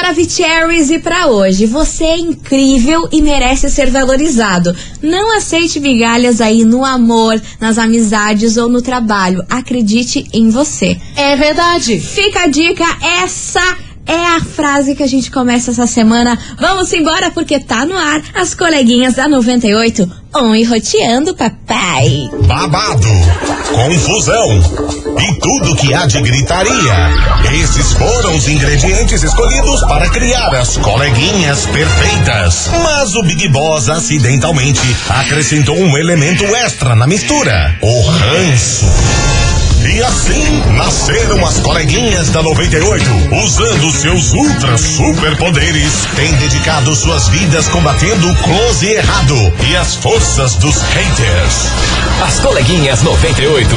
Maravicheries, e pra hoje, você é incrível e merece ser valorizado. Não aceite migalhas aí no amor, nas amizades ou no trabalho. Acredite em você. É verdade. Fica a dica, essa é a frase que a gente começa essa semana. Vamos embora porque tá no ar as coleguinhas da 98. Roteando, papai. Babado, confusão e tudo que há de gritaria. Esses foram os ingredientes escolhidos para criar as coleguinhas perfeitas. Mas o Big Boss acidentalmente acrescentou um elemento extra na mistura: o ranço. E assim nasceram as coleguinhas da 98, usando seus ultra superpoderes, têm dedicado suas vidas combatendo o close e errado e as forças dos haters. As coleguinhas 98.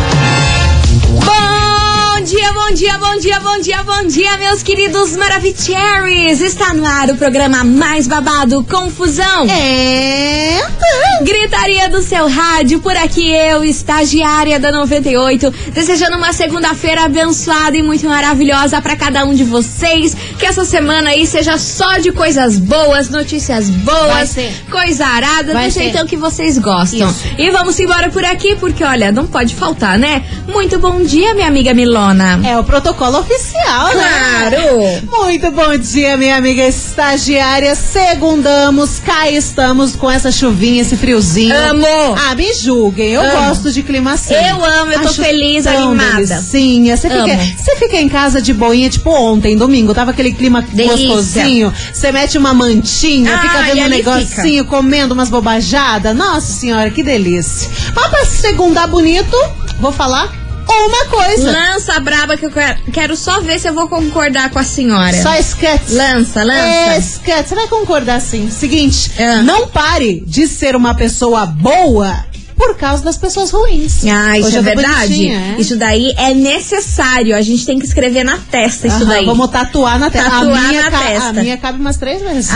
Bom dia, meus queridos Maravicheries. Está no ar o programa mais babado, Confusão. Gritaria do seu rádio, por aqui eu, estagiária da 98, desejando uma segunda-feira abençoada e muito maravilhosa pra cada um de vocês. Que essa semana aí seja só de coisas boas, notícias boas, coisa arada, do jeitão que vocês gostam. Isso. E vamos embora por aqui, porque olha, não pode faltar, né? Muito bom dia, minha amiga Milona. É o protocolo oficial, claro. Né? Muito bom dia, minha amiga estagiária. Segundamos, cá estamos com essa chuvinha, esse friozinho. Amo! Ah, me julguem, eu gosto de clima assim. Eu amo, eu tô feliz, animada. Sim, você fica em casa de boinha, tipo ontem, domingo, tava aquele clima gostosinho. Você mete uma mantinha, fica vendo um negocinho, comendo umas bobajadas. Nossa senhora, que delícia. Mas pra segundar bonito, vou falar uma coisa. Lança braba que eu quero só ver se eu vou concordar com a senhora. Só esquete. Lança. Esquete. Você vai concordar sim. Seguinte, não pare de ser uma pessoa boa por causa das pessoas ruins. Isso é verdade. Isso daí é necessário. A gente tem que escrever na testa isso daí. Vamos tatuar na testa. Testa. A minha cabe umas 3 vezes.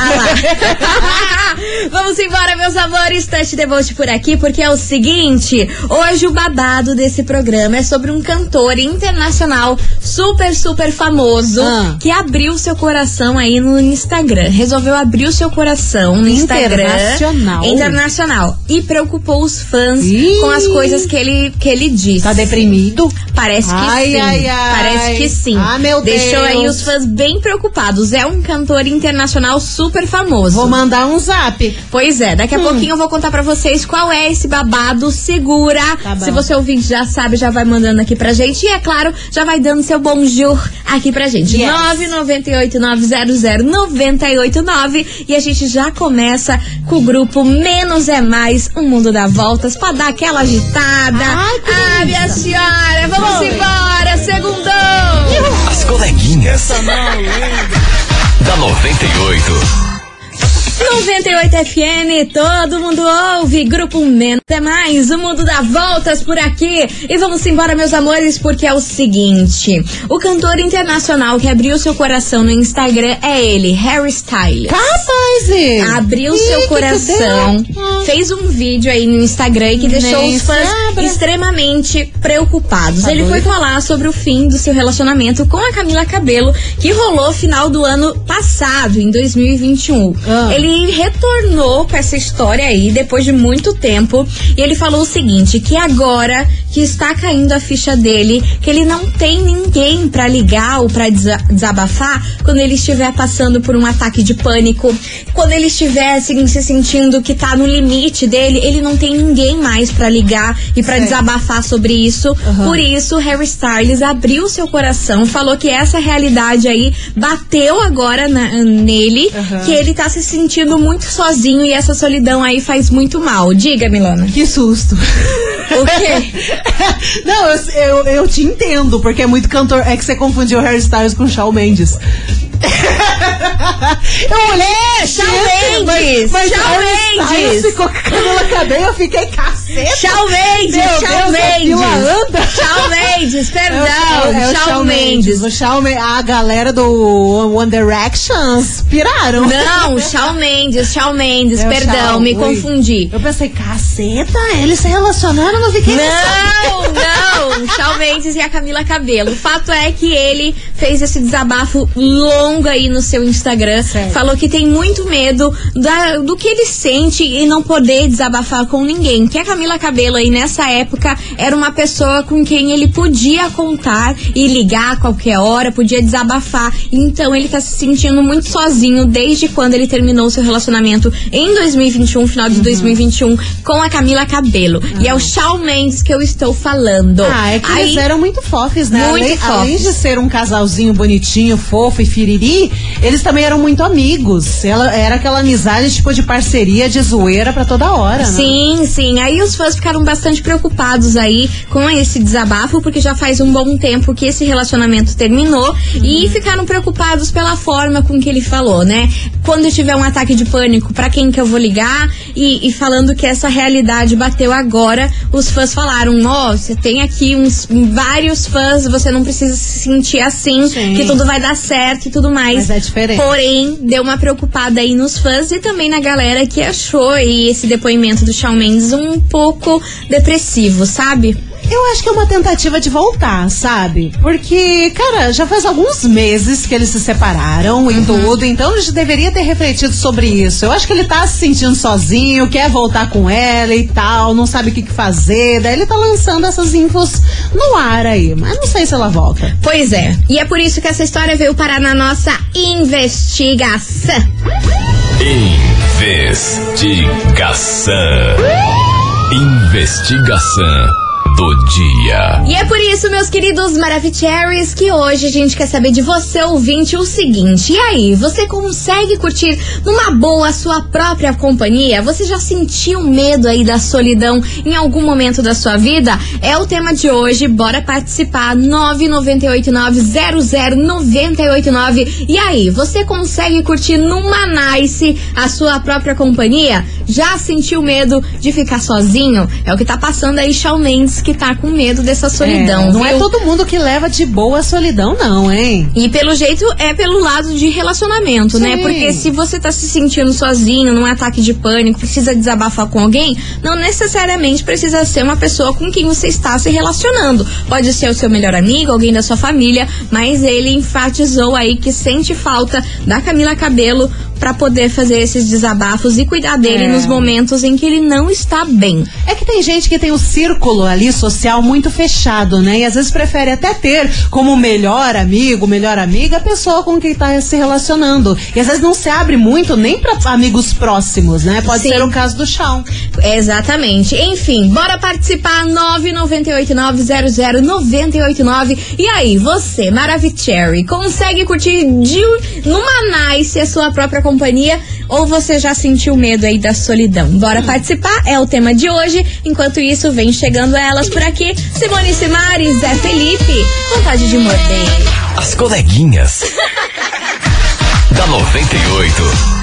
Lá. Vamos embora, meus amores. Touch the Boat por aqui, porque é o seguinte: hoje o babado desse programa é sobre um cantor internacional super famoso que abriu seu coração aí no Instagram. Resolveu abrir o seu coração no Instagram. Internacional. E preocupou os fãs com as coisas que ele disse. Tá deprimido? Parece que sim. Parece que sim. Meu Deus. Deixou aí os fãs bem preocupados. É um cantor internacional super famoso. Vou mandar um zap. Pois é, daqui a pouquinho eu vou contar pra vocês qual é esse babado. Segura. Tá bom. Se você ouvinte já sabe, já vai mandando aqui pra gente. E é claro, já vai dando seu bonjour aqui pra gente. 998-900-989. E a gente já começa com o grupo Menos é Mais, o mundo dá voltas, pra dar aquela agitada. Minha senhora, vamos embora, segundão. As coleguinhas da 98. 98 FM, todo mundo ouve. Grupo Menos é Mais, o mundo dá voltas por aqui. E vamos embora, meus amores, porque é o seguinte: o cantor internacional que abriu seu coração no Instagram é ele, Harry Styles. Capaz, abriu seu coração, fez um vídeo aí no Instagram que deixou os fãs extremamente preocupados. Ele foi falar sobre o fim do seu relacionamento com a Camila Cabello, que rolou final do ano passado, em 2021. Ele retornou com essa história aí depois de muito tempo, e ele falou o seguinte: que agora que está caindo a ficha dele, que ele não tem ninguém pra ligar ou pra desabafar quando ele estiver passando por um ataque de pânico, quando ele estiver assim, se sentindo que tá no limite dele, ele não tem ninguém mais pra ligar e pra desabafar sobre isso. Por isso, Harry Styles abriu seu coração, falou que essa realidade aí bateu agora nele, que ele tá se sentindo muito sozinho e essa solidão aí faz muito mal. Diga, Milona. Que susto. O quê? Não, eu te entendo, porque é muito cantor. É que você confundiu Harry Styles com Shawn Mendes. Eu olhei, Shawn Mendes! Mas Shawn Mendes ficou com a Camila Cabello, eu fiquei caçando. Shawn Mendes, perdão. Shawn Mendes. A galera do One Direction piraram. Não, Shawn Mendes, perdão, me confundi. Eu pensei, caceta, eles se relacionaram, não fiquei Não, Shawn Mendes e a Camila Cabello. O fato é que ele fez esse desabafo longo aí no seu Instagram. Certo. Falou que tem muito medo do que ele sente e não poder desabafar com ninguém. Que a Camila Cabello aí nessa época era uma pessoa com quem ele podia contar e ligar a qualquer hora, podia desabafar. Então ele tá se sentindo muito sozinho desde quando ele terminou seu relacionamento em 2021, final de 2021, com a Camila Cabello. E é o Shawn Mendes que eu estou falando. É que eles eram muito fofos, né? Além de ser um casalzinho bonitinho, fofo e firiri, eles também eram muito amigos. Era aquela amizade tipo de parceria, de zoeira pra toda hora, né? Sim. Aí os fãs ficaram bastante preocupados aí com esse desabafo, porque já faz um bom tempo que esse relacionamento terminou e ficaram preocupados pela forma com que ele falou, né? Quando eu tiver um ataque de pânico, pra quem que eu vou ligar? E falando que essa realidade bateu agora, os fãs falaram, você tem aqui vários fãs, você não precisa se sentir assim, que tudo vai dar certo e tudo mais. Mas é diferente. Porém, deu uma preocupada aí nos fãs e também na galera que achou aí esse depoimento do Shawn Mendes um pouco depressivo, sabe? Eu acho que é uma tentativa de voltar, sabe? Porque, cara, já faz alguns meses que eles se separaram e tudo, então ele já deveria ter refletido sobre isso. Eu acho que ele tá se sentindo sozinho, quer voltar com ela e tal, não sabe o que fazer, daí ele tá lançando essas infos no ar aí, mas não sei se ela volta. Pois é, e é por isso que essa história veio parar na nossa investigação. Investigação do dia. E é por isso, meus queridos Maravicheries, que hoje a gente quer saber de você, ouvinte, o seguinte: e aí, você consegue curtir numa boa a sua própria companhia? Você já sentiu medo aí da solidão em algum momento da sua vida? É o tema de hoje, bora participar. 998900989. E aí, você consegue curtir numa nice a sua própria companhia? Já sentiu medo de ficar sozinho? É o que tá passando aí Shawn Mendes, que tá com medo dessa solidão. Não é todo mundo que leva de boa a solidão, não, hein? E pelo jeito é pelo lado de relacionamento, né? Porque se você tá se sentindo sozinho, num ataque de pânico, precisa desabafar com alguém, não necessariamente precisa ser uma pessoa com quem você está se relacionando. Pode ser o seu melhor amigo, alguém da sua família, mas ele enfatizou aí que sente falta da Camila Cabello pra poder fazer esses desabafos e cuidar dele nos momentos em que ele não está bem. É que tem gente que tem o círculo ali social muito fechado, né? E às vezes prefere até ter como melhor amigo, melhor amiga, a pessoa com quem tá se relacionando. E às vezes não se abre muito nem pra amigos próximos, né? Pode ser o caso do Shawn. Exatamente. Enfim, bora participar. 998900989. E aí, você, Maravicherry, consegue curtir numa nice a sua própria companhia, ou você já sentiu medo aí da solidão? Bora participar, é o tema de hoje. Enquanto isso, vem chegando elas por aqui. Simone Simares, Zé Felipe, vontade de morder. As coleguinhas da 98.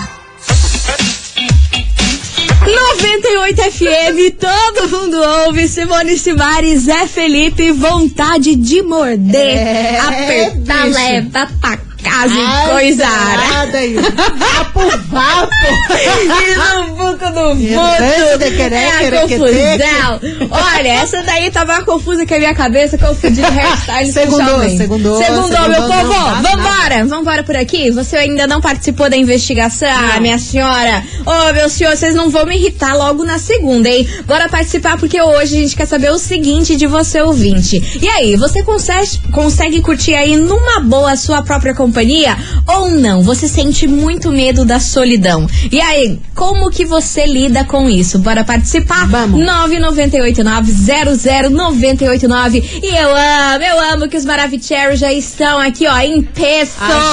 98 FM, todo mundo ouve. Simone Simares, Zé Felipe, vontade de morder. Apertar, leva pra casa e coisa arada. Vapo. E no buco do buto. É a confusão. Olha, essa daí tava confusa com a minha cabeça, confundindo hairstyle. Segundou, meu povo. Vambora por aqui. Você ainda não participou da investigação, minha senhora? Meu senhor, vocês não vão me irritar logo na segunda, hein? Bora participar, porque hoje a gente quer saber o seguinte de você, ouvinte. E aí, você consegue curtir aí numa boa a sua própria companhia ou não? Você sente muito medo da solidão. E aí, como que você lida com isso? Bora participar? Vamos. 998900989. E eu amo que os Maravicheros já estão aqui, ó, em peso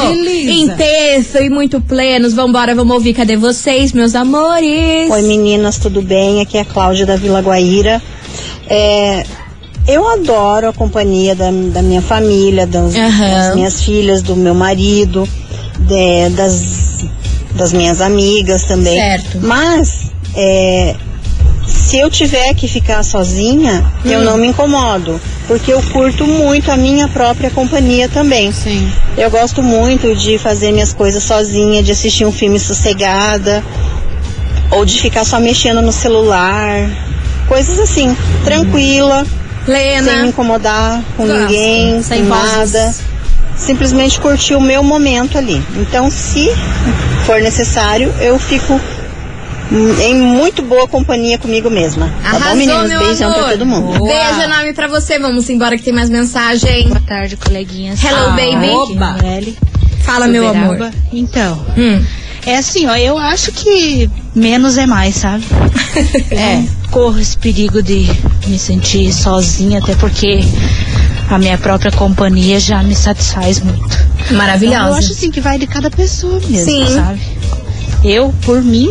e muito plenos. Vambora, vamos ouvir. Cadê vocês, meus amores? Oi, meninas, tudo bem? Aqui é a Cláudia da Vila Guaíra. Eu adoro a companhia da minha família, das minhas filhas, do meu marido, das minhas amigas também. Certo. Mas se eu tiver que ficar sozinha, eu não me incomodo, porque eu curto muito a minha própria companhia também. Sim. Eu gosto muito de fazer minhas coisas sozinha, de assistir um filme sossegada, ou de ficar só mexendo no celular, coisas assim, tranquila, sem me incomodar com ninguém, sem nada. Simplesmente curtir o meu momento ali. Então, se for necessário, eu fico em muito boa companhia comigo mesma. Arrasou, tá bom, meninos? Beijão pra todo mundo. Beijo enorme pra você. Vamos embora que tem mais mensagem. Boa tarde, coleguinhas. Hello, baby. Oba. Fala, meu amor. Então, é assim, ó, eu acho que menos é mais, sabe? Corro esse perigo de me sentir sozinha, até porque a minha própria companhia já me satisfaz muito. Maravilhosa. Então, eu acho assim que vai de cada pessoa mesmo, Sim. sabe? Eu, por mim,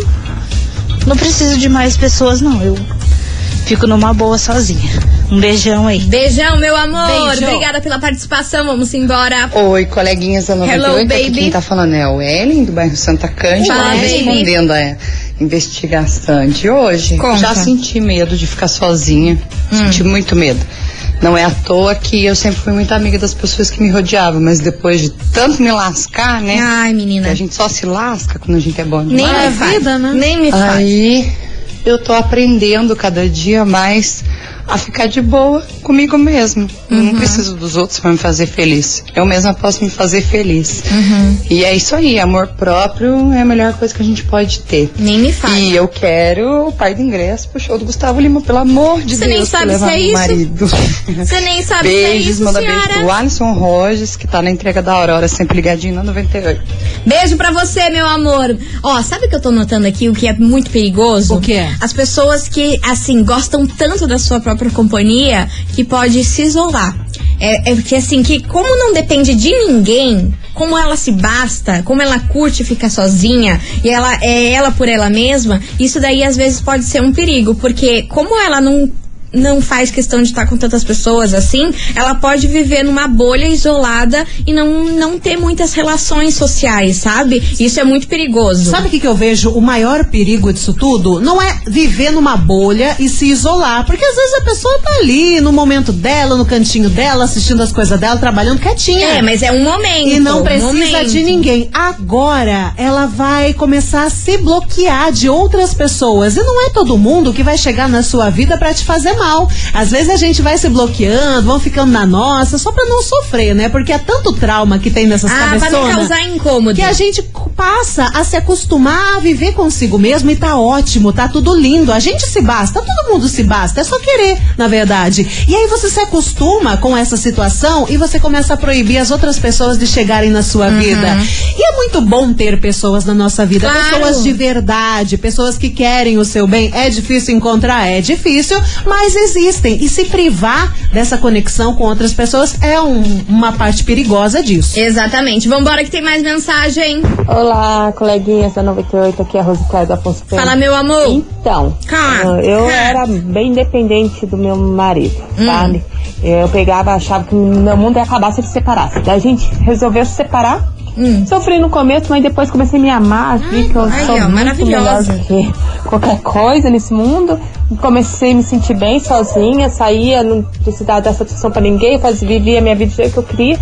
não preciso de mais pessoas, não. Eu fico numa boa sozinha. Um beijão aí. Beijão, meu amor. Beijo. Obrigada pela participação. Vamos embora. Oi, coleguinhas da 98. Hello, Aqui baby. quem tá falando é o Ellen, do bairro Santa Cândida. Fala, Respondendo a investigação de hoje. Conta. Já senti medo de ficar sozinha. Senti muito medo. Não é à toa que eu sempre fui muito amiga das pessoas que me rodeavam, mas depois de tanto me lascar, né? Ai, menina. Que a gente só se lasca quando a gente é bom Nem demais. me faz. vida, né? Nem me faz. Aí eu tô aprendendo cada dia mais a ficar de boa comigo mesmo. Eu não preciso dos outros para me fazer feliz. Eu mesma posso me fazer feliz. E é isso aí, amor próprio é a melhor coisa que a gente pode ter. Nem me faz. E eu quero o par de ingresso pro show do Gustavo Lima, pelo amor de Você Deus. nem sabe pra levar se é meu isso? marido. Você nem sabe se é Beijos, isso, manda beijo senhora. pro Alisson Roges, que tá na entrega da Aurora, sempre ligadinho na 98. Beijo pra você, meu amor. Ó, sabe o que eu tô notando aqui, o que é muito perigoso? O que é? As pessoas que, assim, gostam tanto da sua própria companhia que pode se isolar. É porque, assim, que como não depende de ninguém, como ela se basta, como ela curte ficar sozinha e ela é ela por ela mesma, isso daí às vezes pode ser um perigo, porque como ela não faz questão de estar com tantas pessoas assim, ela pode viver numa bolha isolada e não ter muitas relações sociais, sabe? Isso é muito perigoso. Sabe o que eu vejo? O maior perigo disso tudo não é viver numa bolha e se isolar, porque às vezes a pessoa tá ali no momento dela, no cantinho dela, assistindo as coisas dela, trabalhando quietinha. É, mas é um momento. E não precisa de ninguém. Agora, ela vai começar a se bloquear de outras pessoas. E não é todo mundo que vai chegar na sua vida pra te fazer mal. Às vezes a gente vai se bloqueando, vão ficando na nossa, só pra não sofrer, né? Porque é tanto trauma que tem nessas cabeçonas. Pra não causar incômodo. Que a gente passa a se acostumar a viver consigo mesmo e tá ótimo, tá tudo lindo. A gente se basta, todo mundo se basta, é só querer, na verdade. E aí você se acostuma com essa situação e você começa a proibir as outras pessoas de chegarem na sua vida. E é muito bom ter pessoas na nossa vida, Claro. pessoas de verdade, pessoas que querem o seu bem. É difícil encontrar? É difícil, mas existem. E se privar dessa conexão com outras pessoas é uma parte perigosa disso. Exatamente. Vambora que tem mais mensagem. Olá, coleguinhas da 98, aqui é a Rosicléia da Afonso Pena. Fala, meu amor. Então, eu era bem dependente do meu marido, sabe? Eu pegava, achava que meu mundo ia acabar se ele se separasse. Daí a gente resolveu se separar. Sofri no começo, mas depois comecei a me amar, vi que eu sou muito melhor do que qualquer coisa nesse mundo. Comecei a me sentir bem sozinha, saía, não precisava dar satisfação pra ninguém, vivia a minha vida do jeito que eu queria.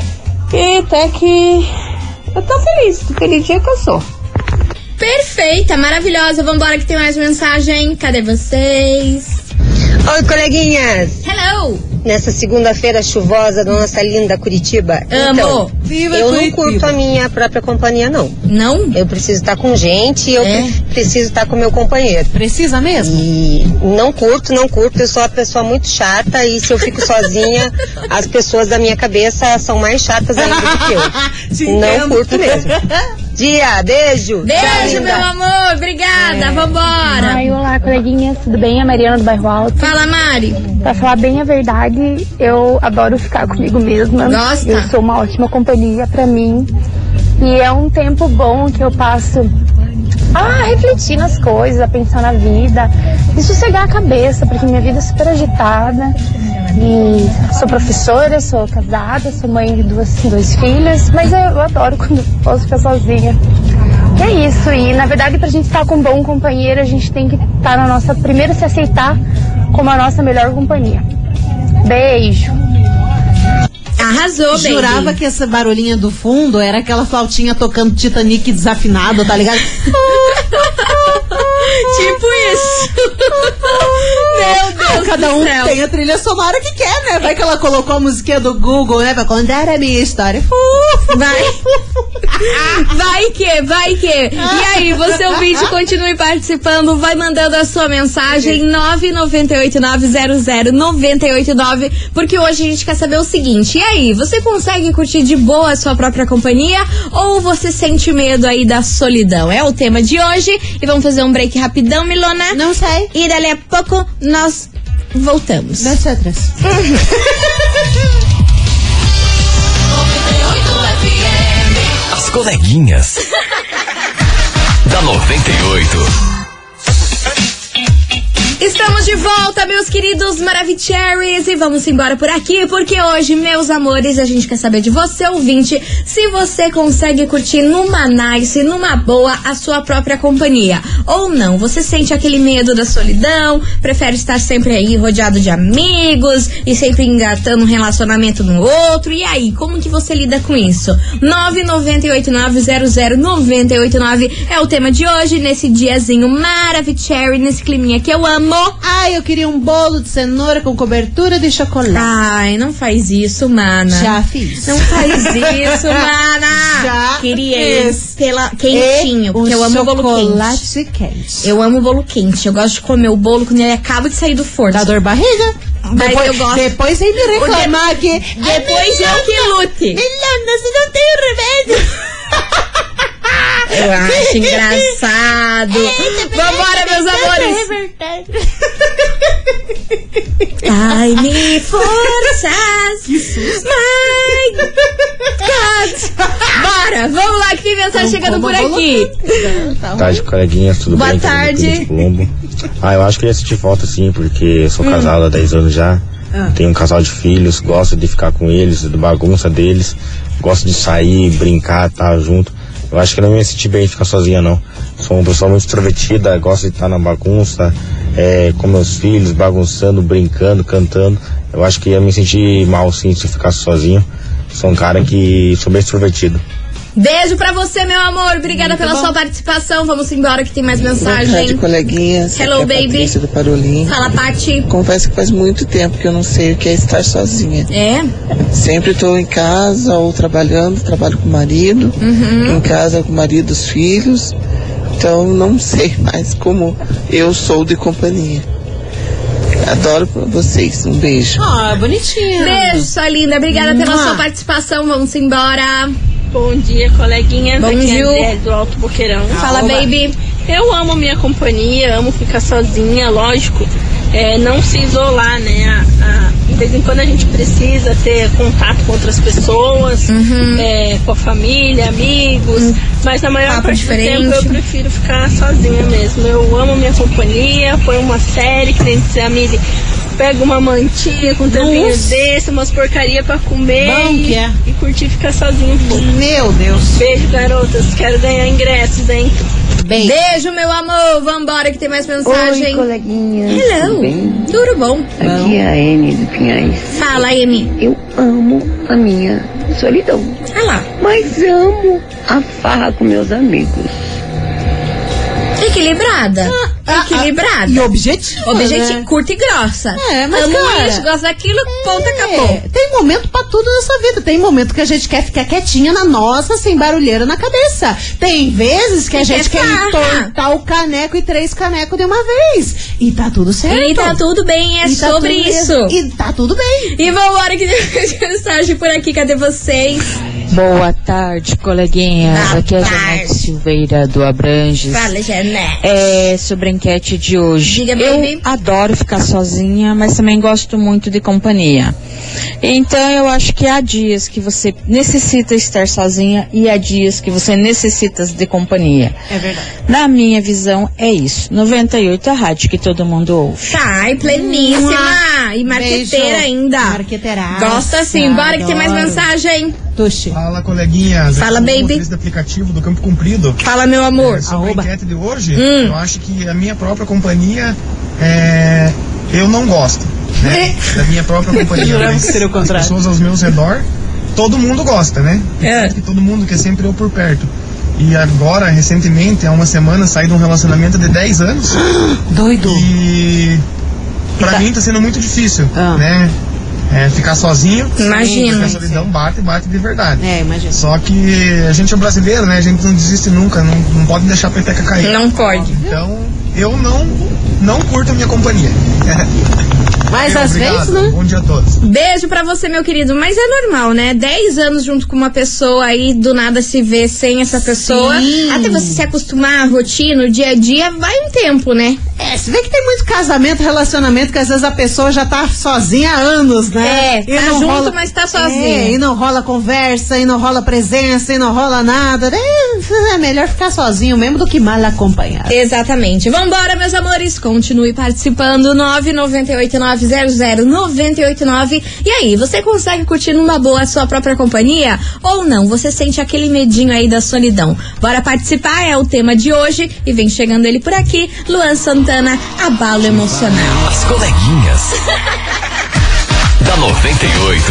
E até que eu tô feliz, aquele dia que eu sou. Perfeita, maravilhosa. Vambora que tem mais mensagem. Cadê vocês? Oi, coleguinhas. Hello. Nessa segunda-feira chuvosa da nossa linda Curitiba. Amo. Então, eu não curto a minha própria companhia, não. Não? Eu preciso estar com gente e eu preciso estar com meu companheiro. Precisa mesmo? E não curto. Eu sou uma pessoa muito chata e se eu fico sozinha, as pessoas da minha cabeça são mais chatas ainda do que eu. Não curto mesmo. Dia, beijo. Beijo, meu amor. Obrigada. Vambora. Ai, olá, coleguinhas. Tudo bem? A Mariana do Bairro Alto. Fala, Mari. Pra falar bem a verdade, eu adoro ficar comigo mesma. Gosta? Eu sou uma ótima companhia pra mim. E é um tempo bom que eu passo a refletir nas coisas, a pensar na vida e sossegar a cabeça, porque minha vida é super agitada. E sou professora, sou casada, sou mãe de dois filhos, mas eu adoro quando posso ficar sozinha. E é isso, e na verdade pra gente estar com um bom companheiro, a gente tem que estar na nossa, primeiro se aceitar como a nossa melhor companhia. Beijo. Arrasou, baby. Jurava que essa barulhinha do fundo era aquela flautinha tocando Titanic desafinado, tá ligado? Tipo isso. Meu Deus, cada um tem a trilha sonora que quer, né? Vai que ela colocou a musiquinha do Google, né? Pra contar a minha história. Vai que. E aí, você ouvinte, continue participando, vai mandando a sua mensagem 998900989, porque hoje a gente quer saber o seguinte: e aí, você consegue curtir de boa a sua própria companhia ou você sente medo aí da solidão? É o tema de hoje e vamos fazer um break rapidão, Milona? Não sei. E dali a pouco nós voltamos. Das outras. As coleguinhas da 98. Estamos de volta, meus queridos Maravicheries, e vamos embora por aqui, porque hoje, meus amores, a gente quer saber de você, ouvinte, se você consegue curtir numa nice, numa boa, a sua própria companhia, ou não. Você sente aquele medo da solidão, prefere estar sempre aí rodeado de amigos e sempre engatando um relacionamento no outro, e aí, como que você lida com isso? 998900989 é o tema de hoje, nesse diazinho Maravicherry, nesse climinha que eu amo. Ai, eu queria um bolo de cenoura com cobertura de chocolate. Ai, não faz isso, mana. Já fiz. Não faz isso, mana. Já queria pela quentinho, porque eu amo bolo quente. Eu amo bolo quente. Eu gosto de comer o bolo quando ele acaba de sair do forno. Dá dor barriga? Mas eu gosto. Depois vem me reclamar aqui. Depois eu que lute. Milana, você não tem remédio. Eu acho engraçado. Vambora, meus amores. Ai-me forças. Que susto. My God. Bora, vamos lá que tem mensagem chegando por aqui. Boa tarde, coleguinhas, tudo bem? Boa tarde. Eu acho que eu ia sentir falta sim, porque eu sou casado há 10 anos já. Tenho um casal de filhos, gosto de ficar com eles, da bagunça deles, gosto de sair, brincar, estar junto. Eu acho que não ia sentir bem ficar sozinha, não. Sou uma pessoa muito extrovertida, gosto de estar na bagunça, com meus filhos, bagunçando, brincando, cantando. Eu acho que ia me sentir mal, sim, se eu ficasse sozinho. Sou um cara que sou bem extrovertido. Beijo pra você, meu amor. Obrigada pela sua participação. Vamos embora que tem mais mensagem. Boa tarde, coleguinhas. Hello, baby. Patrícia do Parolim. Fala, Pati. Confesso que faz muito tempo que eu não sei o que é estar sozinha. É? Sempre estou em casa ou trabalhando, trabalho com o marido, em casa com o marido e os filhos. Então não sei mais como eu sou de companhia. Adoro vocês. Um beijo. Bonitinha. Beijo, sua linda. Obrigada pela sua participação. Vamos embora. Bom dia, coleguinha. Bom dia. Do Alto Boqueirão. Fala, baby. Eu amo minha companhia, amo ficar sozinha, lógico. Não se isolar, né? De vez em quando a gente precisa ter contato com outras pessoas, com a família, amigos. Mas na maior parte do tempo eu prefiro ficar sozinha mesmo. Eu amo minha companhia, põe uma série que nem dizer a Mili. Pega uma mantinha com um tampinho desse, umas porcaria pra comer e curtir ficar sozinho um pouco. Meu Deus. Beijo, garotas. Quero ganhar ingressos, hein? Beijo, meu amor. Vambora que tem mais mensagem. Oi, coleguinha. Hello. Tudo bem? Tudo bom? Aqui é a Amy do Pinhais. Fala, Amy. Eu amo a minha solidão. Mas amo a farra com meus amigos. Equilibrada. Equilibrada. E objetiva. Objetivo, curta e grossa. Mas amo cara, isso, gosto daquilo, ponto, acabou. Tem momento pra tudo nessa vida. Tem momento que a gente quer ficar quietinha na nossa, sem barulheira na cabeça. Tem vezes que a gente quer entortar o caneco e 3 canecos de uma vez. E tá tudo certo. E tá tudo bem, é sobre isso. E tá tudo bem. E vambora que tem mensagem por aqui, cadê vocês? Boa tarde, coleguinhas. Aqui é a Janete Silveira do Abranges. Fala, Janete. Sobre a enquete de hoje. Diga, eu baby. adoro ficar sozinha, mas também gosto muito de companhia. Então eu acho que há dias que você necessita estar sozinha e há dias que você necessita de companhia. É verdade. Na minha visão é isso. 98 a rádio que todo mundo ouve. Tá, e pleníssima. E marqueteira ainda. Marqueteira. Gosta sim. Bora que tem mais mensagem. Tuxi. Fala, coleguinhas. Fala, baby. Do aplicativo do Campo Comprido. Fala, meu amor. Sobre a enquete de hoje, eu acho que a minha própria companhia, eu não gosto, né? Da minha própria companhia. Mas seria o contrário. As pessoas aos meus redor, todo mundo gosta, né? Que todo mundo quer sempre eu por perto. E agora, recentemente, há uma semana, saí de um relacionamento de 10 anos. Doido. E pra mim tá sendo muito difícil, né? Ficar sozinho. Imagina. A solidão bate de verdade. Imagina. Só que a gente é brasileiro, né? A gente não desiste nunca, não pode deixar a peteca cair. Não pode. Então, eu não curto a minha companhia. Mas às vezes, né? Bom dia a todos. Beijo pra você, meu querido. Mas é normal, né? 10 anos junto com uma pessoa aí, do nada se vê sem essa pessoa. Sim. Até você se acostumar à rotina, o dia a dia, vai um tempo, né? Você vê que tem muito casamento, relacionamento, que às vezes a pessoa já tá sozinha há anos, né? Tá junto, mas tá sozinha. E não rola conversa, e não rola presença, e não rola nada. É melhor ficar sozinho mesmo do que mal acompanhado. Exatamente. Vambora, meus amores. Continue participando. 998900989. E aí, você consegue curtir numa boa a sua própria companhia? Ou não? Você sente aquele medinho aí da solidão? Bora participar, é o tema de hoje. E vem chegando ele por aqui, Luan Santana, Abalo Emocional. As coleguinhas da 98.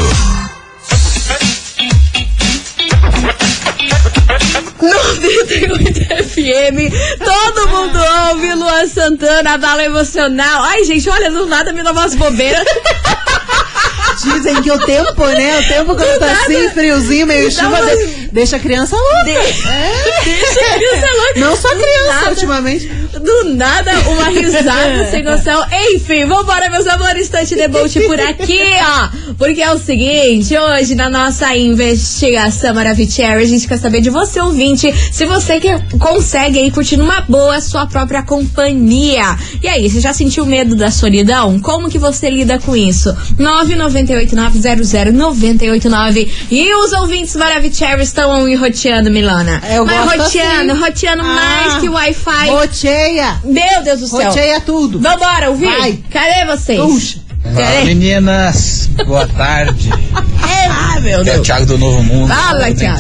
98 FM, todo mundo ouve Luan Santana, Abalo Emocional. Ai, gente, olha, do nada me dá umas bobeiras. Dizem que o tempo, né? O tempo quando tá assim, friozinho, meio chuva, deixa a criança louca. Deixa a criança louca. Não só criança, ultimamente. Do nada, uma risada sem noção. Enfim, vambora, meus amores, Estante Debolt por aqui, ó. Porque é o seguinte, hoje na nossa investigação Maravicherry, a gente quer saber de você, ouvinte, se você consegue aí curtir numa boa a sua própria companhia. E aí, você já sentiu medo da solidão? Como que você lida com isso? 998900989. E os ouvintes Maravicherry estão enroteando, Milana. Roteando mais que Wi-Fi. Roteia. Meu Deus do céu. Roteia tudo. Vambora, ouvir? Vai. Cadê vocês? Puxa. Fala, meninas. Boa tarde. Meu Deus. É o Thiago do Novo Mundo. Fala, Thiago.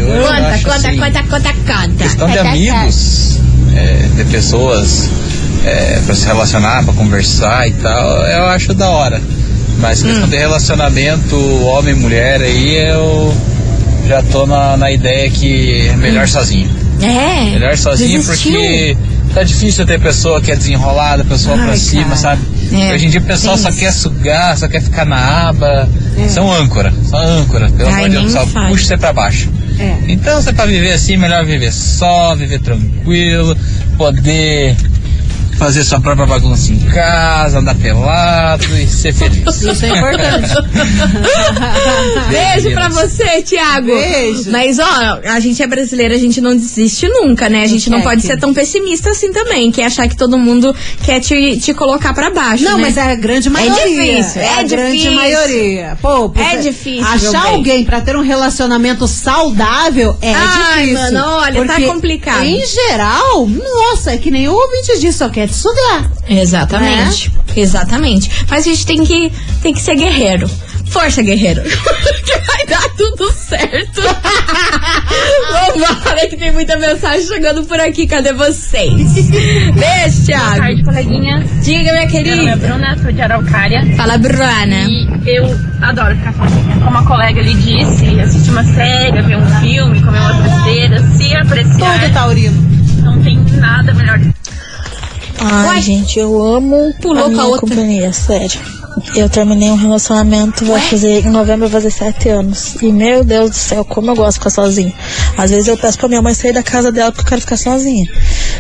Conta. Questão de amigos, de pessoas pra se relacionar, pra conversar e tal, eu acho da hora. Mas questão de relacionamento homem e mulher aí, eu já tô na ideia que é melhor sozinho. Melhor sozinho. Desistiu. Porque tá difícil ter pessoa que é desenrolada, pessoa pra cima, sabe? Hoje em dia o pessoal só quer sugar, só quer ficar na aba. São âncora. Pelo amor de Deus, só puxa você pra baixo. Então, se é pra viver assim, melhor viver só, viver tranquilo, poder fazer sua própria bagunça em casa, andar pelado e ser feliz. Isso é importante. Beijo pra você, Thiago. Beijo. Mas, ó, a gente é brasileira, a gente não desiste nunca, né? A gente não pode ser tão pessimista assim também, que é achar que todo mundo quer te colocar pra baixo, não, né? Mas é a grande maioria. É difícil, a grande maioria. Pô, é difícil. Achar alguém pra ter um relacionamento saudável é difícil. Mano, olha, tá complicado. Em geral, nossa, é que nem o ouvinte disso, só quer te sugar. Exatamente. Exatamente. Mas a gente tem que ser guerreiro. Força, guerreiro. Que vai dar tudo certo. Vambora, que tem muita mensagem chegando por aqui. Cadê vocês? Beijo, Thiago. Boa tarde, coleguinha. Diga, minha querida. Meu nome é Bruna, sou de Araucária. Fala, Bruna. E eu adoro ficar sozinha. Como a colega ali disse, assistir uma série, ver um filme, comer umas besteiras, se apreciar. Todo taurino. Não tem nada melhor. Ai, gente, eu amo a minha companhia, sério. Eu terminei um relacionamento, em novembro vai fazer 7 anos. E meu Deus do céu, como eu gosto de ficar sozinha. Às vezes eu peço pra minha mãe sair da casa dela porque eu quero ficar sozinha.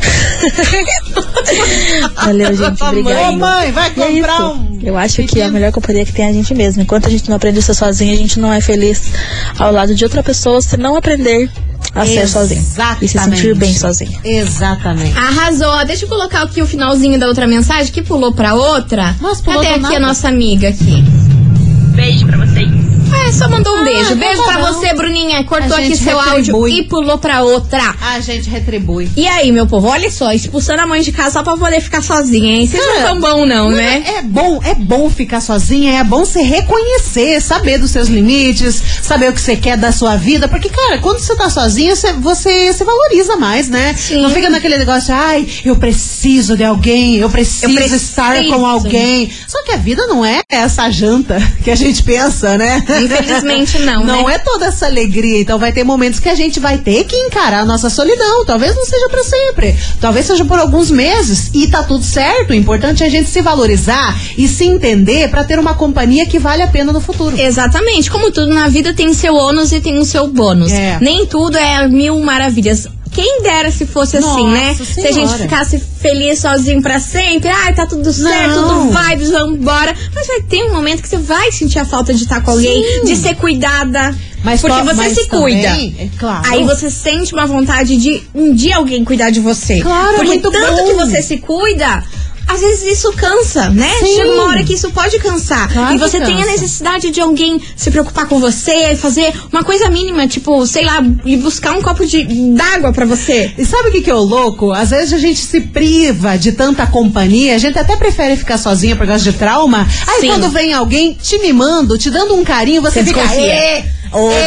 Valeu, gente, obrigada. Ô mãe, vai comprar um... Eu acho que a melhor companhia que tem é a gente mesmo. Enquanto a gente não aprende a ser sozinha, a gente não é feliz ao lado de outra pessoa se não aprender a ser sozinho. E se sentir bem sozinho. Exatamente. Arrasou. Deixa eu colocar aqui o finalzinho da outra mensagem que pulou pra outra. Nossa, pulou. Cadê aqui a nossa amiga aqui? Beijo pra vocês. Só mandou um beijo. Beijo pra você, Bruninha. Cortou aqui seu áudio e pulou pra outra. A gente retribui. E aí, meu povo, olha só, expulsando a mãe de casa só pra poder ficar sozinha, hein? Vocês não tão bom não, né? É bom ficar sozinha, é bom se reconhecer, saber dos seus limites, saber o que você quer da sua vida, porque, cara, quando você tá sozinha, você se valoriza mais, né? Sim. Não fica naquele negócio, eu preciso de alguém, eu preciso estar com alguém. Só que a vida não é essa janta que a gente pensa, né? Infelizmente não, Não é toda essa alegria, então vai ter momentos que a gente vai ter que encarar a nossa solidão, talvez não seja pra sempre, talvez seja por alguns meses, e tá tudo certo, o importante é a gente se valorizar e se entender pra ter uma companhia que vale a pena no futuro. Exatamente, como tudo na vida tem seu ônus e tem o seu bônus. Nem tudo é mil maravilhas. Quem dera se fosse assim, né? Senhora. Se a gente ficasse feliz sozinho pra sempre, tá tudo certo, tudo vibes, vamos embora. Mas vai ter um momento que você vai sentir a falta de estar com alguém, de ser cuidada. Porque você se cuida. Claro. Aí você sente uma vontade de um dia alguém cuidar de você. Claro, porque muito tanto bom. que você se cuida, às vezes isso cansa, né? Sim. Chega uma hora que isso pode cansar. Claro e você que tem a cansa. necessidade de alguém se preocupar com você, fazer uma coisa mínima, tipo, sei lá, ir buscar um copo d'água pra você. E sabe o que é o louco? Às vezes a gente se priva de tanta companhia, a gente até prefere ficar sozinha por causa de trauma. Aí Sim. quando vem alguém te mimando, te dando um carinho, você fica... desconfia.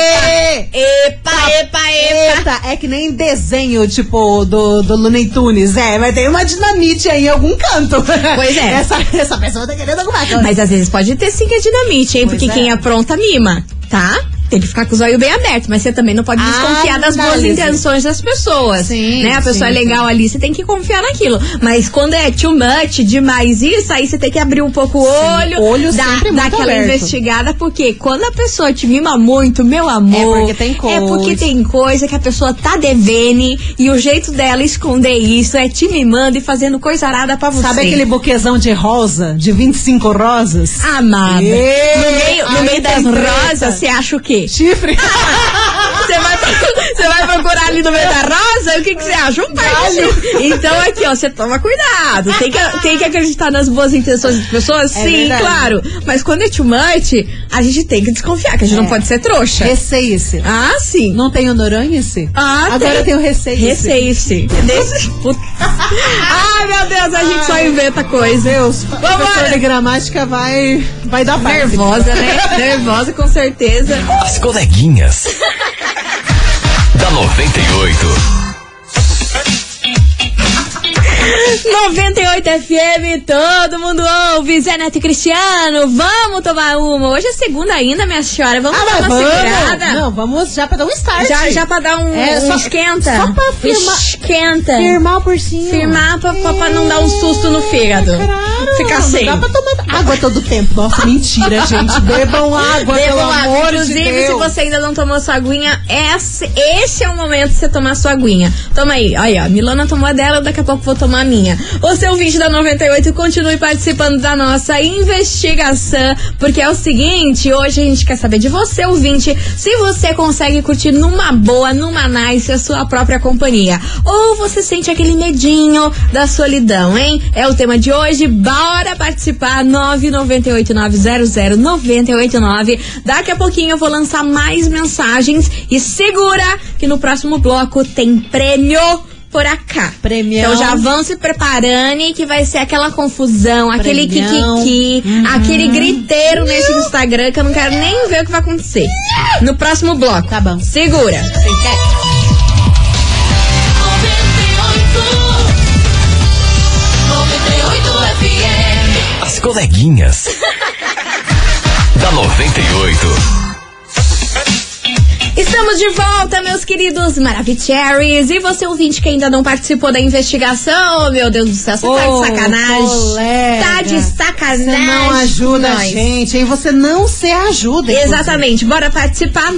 Epa. É que nem desenho, tipo, do Looney Tunes. Vai ter uma dinamite aí em algum canto. Pois é. Essa pessoa tá querendo alguma coisa. Mas às vezes pode ter sim que é dinamite, hein? Porque quem apronta mima, tá? Tem que ficar com os olhos bem abertos, mas você também não pode desconfiar das boas intenções das pessoas. Sim, né? A pessoa é legal ali, você tem que confiar naquilo. Mas quando é too much, demais isso, aí você tem que abrir um pouco o olho, dar aquela investigada, porque quando a pessoa te mima muito, meu amor, é porque tem coisa que a pessoa tá devendo, e o jeito dela esconder isso é te mimando e fazendo coisa arada pra você. Sabe aquele buquezão de rosa, de 25 rosas? Amada. No meio das rosas, você acha o quê? Chifre. Você vai procurar ali no meio da rosa? O que você acha? Um par de chifre. Então aqui, ó, você toma cuidado. Tem que acreditar nas boas intenções das pessoas? Sim, verdade. claro. Mas quando é too much, a gente tem que desconfiar, que a gente não pode ser trouxa. Receia-se. Ah, sim. Não tem o Noronha-se? Agora tem o receia-se. Receia-se. Ai, meu Deus, a gente só inventa coisa. Deus, o professor de gramática vai dar parte. Nervosa, né? Nervosa, com certeza. As coleguinhas da 98. 98 FM, todo mundo ouve. Zé Neto e Cristiano, vamos tomar uma. Hoje é segunda ainda, minha senhora. Vamos dar uma segurada. Não, vamos já pra dar um start. Já pra dar um esquenta. Só pra firmar. Esquenta. Firmar por cima. Firmar pra não dar um susto no fígado. Claro. Ficar sem. Dá pra tomar água todo tempo. Nossa, mentira, gente. Bebam água, pelo amor de Deus. Inclusive, se você ainda não tomou sua aguinha, esse é o momento de você tomar sua aguinha. Toma aí. Aí, ó. Milana tomou a dela, daqui a pouco vou tomar a minha. O seu vídeo da 98, continue participando da nossa investigação, porque é o seguinte, hoje a gente quer saber de você, ouvinte, se você consegue curtir numa boa, numa nice, a sua própria companhia, ou você sente aquele medinho da solidão, hein? É o tema de hoje, bora participar, 998900989. Daqui a pouquinho eu vou lançar mais mensagens e segura que no próximo bloco tem prêmio por acá. Premião. Então já vão se preparando, que vai ser aquela confusão, aquele kikiki, aquele griteiro nesse Instagram que eu não quero nem ver o que vai acontecer. No próximo bloco. Tá bom. Segura. As coleguinhas da 98. Estamos de volta, meus queridos Maravicheries. E você, ouvinte, que ainda não participou da investigação, oh, meu Deus do céu, você tá de sacanagem. Colega, tá de sacanagem. Você não ajuda a gente, aí você não se ajuda. Exatamente, bora participar,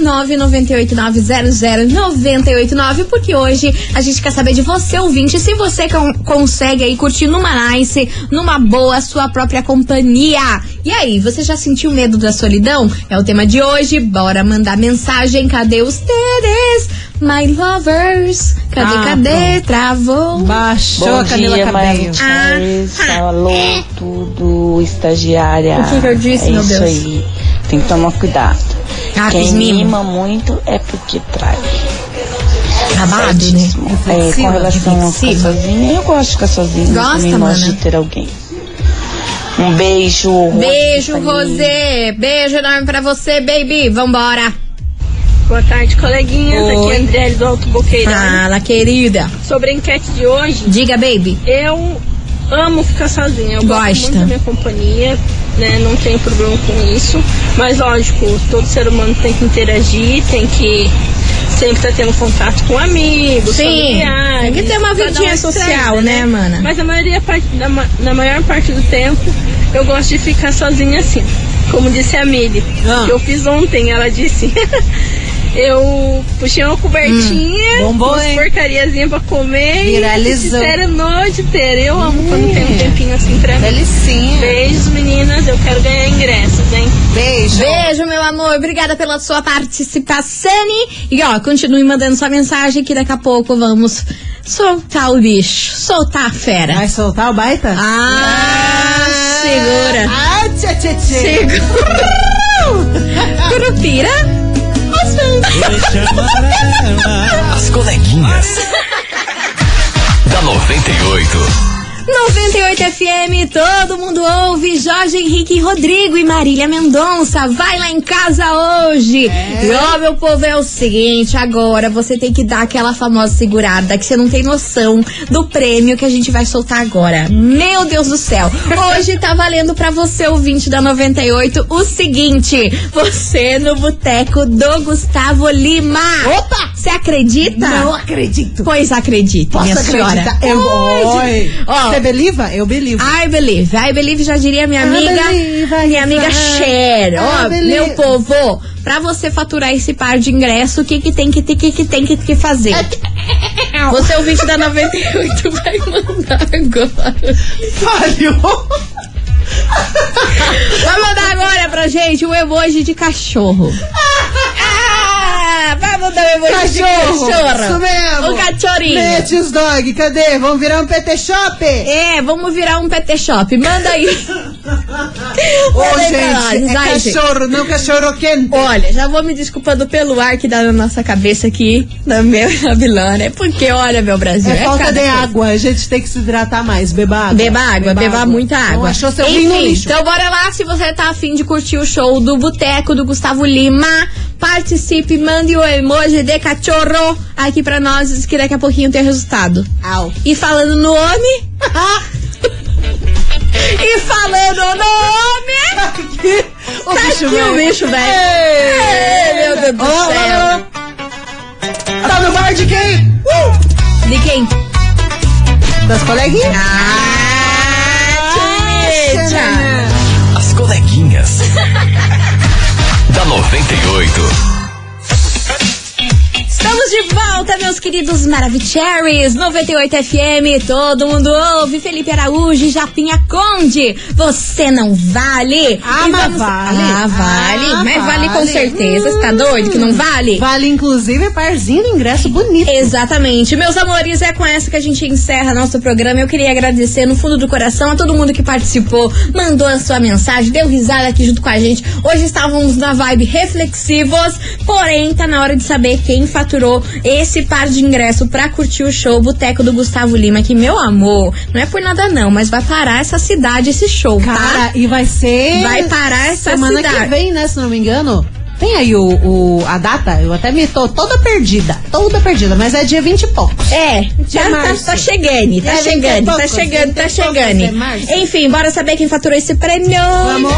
998900989, porque hoje a gente quer saber de você, ouvinte, se você consegue aí curtir numa nice, numa boa, sua própria companhia. E aí, você já sentiu medo da solidão? É o tema de hoje, bora mandar mensagem. Cadê os teres, my lovers? Cadê? Travou. Baixou a Camila Cabello. Alô, tudo, estagiária. O que eu disse, meu Deus? É isso aí. tem que tomar cuidado. Quem mima muito é porque trai. Babado, né? Com relação a ficar sozinha, eu gosto de ficar sozinha. Gosta, eu gosto de ter alguém. Um beijo. Beijo, Rosê. Beijo enorme pra você, baby. Vambora. Boa tarde, coleguinhas. Oi. Aqui é a André do Alto Boqueirão. Fala, querida. Sobre a enquete de hoje. Diga, baby. Eu amo ficar sozinha. Eu gosto muito da minha companhia, né? Não tenho problema com isso. Mas, lógico, todo ser humano tem que interagir, tem que sempre estar tendo contato com amigos, familiares. Tem que ter uma vidinha social, né, mana? Mas na maior parte do tempo, eu gosto de ficar sozinha assim. Como disse a Mili, que eu fiz ontem, ela disse... Eu puxei uma cobertinha, umas porcariazinhas pra comer. Viralizou. E fizeram noite inteira. Eu amo quando tem um tempinho assim pra mim. Delicinha. Beijos, meninas. Eu quero ganhar ingressos, hein? Beijo. Beijo, meu amor. Obrigada pela sua participação. E ó, continue mandando sua mensagem que daqui a pouco vamos soltar o bicho. Soltar a fera. Vai soltar o baita? Segura. Tchê, tchê, tchê. Segura. Curupira. As coleguinhas da 98. 98 FM, todo mundo ouve. Jorge Henrique Rodrigo e Marília Mendonça. Vai lá em casa hoje. E ó, meu povo, é o seguinte: agora você tem que dar aquela famosa segurada, que você não tem noção do prêmio que a gente vai soltar agora. Meu Deus do céu. Hoje tá valendo pra você, ouvinte da 98, o seguinte: você no boteco do Gustavo Lima. Opa! Você acredita? Não acredito. Pois acredita, minha senhora. Você believe? Eu believe. I believe, já diria minha amiga. Minha amiga Cher. Ó, meu povo, pra você faturar esse par de ingresso, o que tem que fazer? Você, ouvinte da 98, vai mandar agora. Falhou. Vai mandar agora pra gente um emoji de cachorro. Vai mandar um emoji de cachorro. Isso mesmo. O cachorrinho. Mete os dog, cadê? Vamos virar um PT Shop? Vamos virar um PT Shop. Manda aí. Ô, gente, é cachorro, não cachorro quente. Olha, já vou me desculpando pelo ar que dá na nossa cabeça aqui, na Vilana. É porque, olha, meu Brasil. É falta de água, a gente tem que se hidratar mais. Beba água. Beba muita água. Não achou seu vinho no lixo. Então bora lá, se você tá afim de curtir o show do Boteco do Gustavo Lima, participe, mande o emoji de cachorro aqui pra nós, que daqui a pouquinho tem resultado. E falando no homem... E falando no homem... O bicho, o bicho, velho. Meu Deus do céu. Tá no bar de quem? De quem? Das coleguinhas. As coleguinhas da 98. Estamos de volta, meus queridos Maravicheries, 98 FM, todo mundo ouve. Felipe Araújo e Japinha Conde, você não vale. Mas vale. Vale, mas vale com certeza. Você tá doido que não vale? Vale, inclusive, parzinho de ingresso bonito. Exatamente. Meus amores, é com essa que a gente encerra nosso programa. Eu queria agradecer no fundo do coração a todo mundo que participou, mandou a sua mensagem, deu risada aqui junto com a gente. Hoje estávamos na vibe reflexivos, porém tá na hora de saber quem faturou esse par de ingresso pra curtir o show Boteco do Gustavo Lima, que, meu amor, não é por nada não, mas vai parar essa cidade, esse show, tá? Cara, e vai vai parar essa semana cidade. Que vem, né, se não me engano. Tem aí a data, eu até me tô toda perdida, mas é dia 20 e poucos. Já tá chegando, tá chegando. Enfim, bora saber quem faturou esse prêmio. Vamos.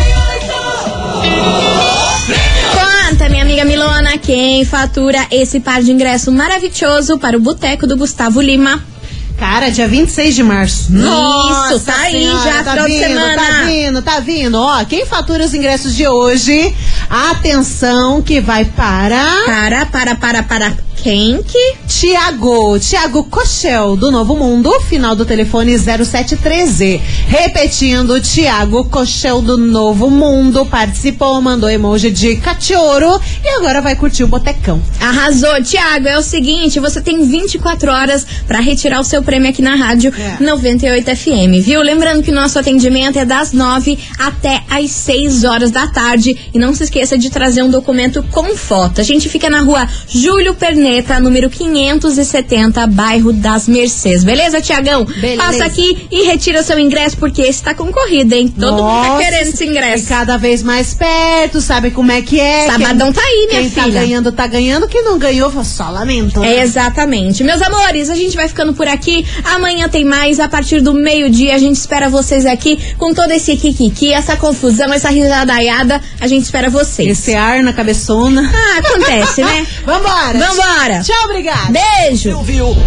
Conta, minha amiga Milona, quem fatura esse par de ingresso maravilhoso para o Boteco do Gustavo Lima? Cara, dia 26 de março. Nossa, isso, tá aí senhora, já, final de semana. Tá vindo. Ó, quem fatura os ingressos de hoje, atenção que vai para Quem que? Tiago Cochel, do Novo Mundo, final do telefone 0713. Repetindo, Tiago Cochel, do Novo Mundo, participou, mandou emoji de cachorro e agora vai curtir o botecão. Arrasou, Tiago. É o seguinte, você tem 24 horas pra retirar o seu prêmio aqui na rádio 98 FM, viu? Lembrando que o nosso atendimento é das 9 até as 6 horas da tarde e não se esqueça de trazer um documento com foto. A gente fica na rua Júlio Perneta, número 570, bairro das Mercês. Beleza, Tiagão? Beleza. Passa aqui e retira seu ingresso, porque esse tá concorrido, hein? Todo mundo tá querendo esse ingresso. E cada vez mais perto, sabe como é que é? Sabadão tá aí, minha filha. Quem tá ganhando. Quem não ganhou, só lamento. Né? Exatamente. Meus amores, a gente vai ficando por aqui. Amanhã tem mais. A partir do meio-dia, a gente espera vocês aqui com todo esse kikiki, essa confusão, essa risadaiada. A gente espera vocês. Esse ar na cabeçona. Ah, acontece, né? Vambora. Tchau, obrigada. Beijo. Você ouviu?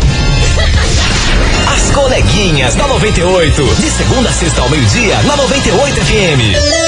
As coleguinhas da 98. De segunda a sexta ao meio-dia, na 98 FM.